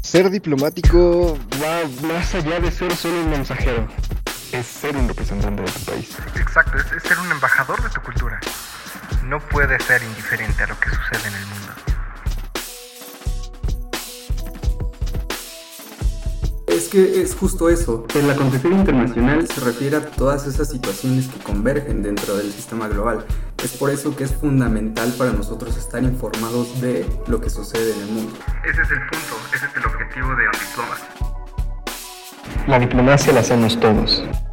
Ser diplomático va más allá de ser solo un mensajero. Es ser un representante de tu país. Exacto, es ser un embajador de tu cultura. No puedes ser indiferente a lo que sucede en el mundo. Es que es justo eso. El acontecer internacional se refiere a todas esas situaciones que convergen dentro del sistema global. Es por eso que es fundamental para nosotros estar informados de lo que sucede en el mundo. Ese es el punto, ese es el objetivo de On Diplomacy. La diplomacia la hacemos todos.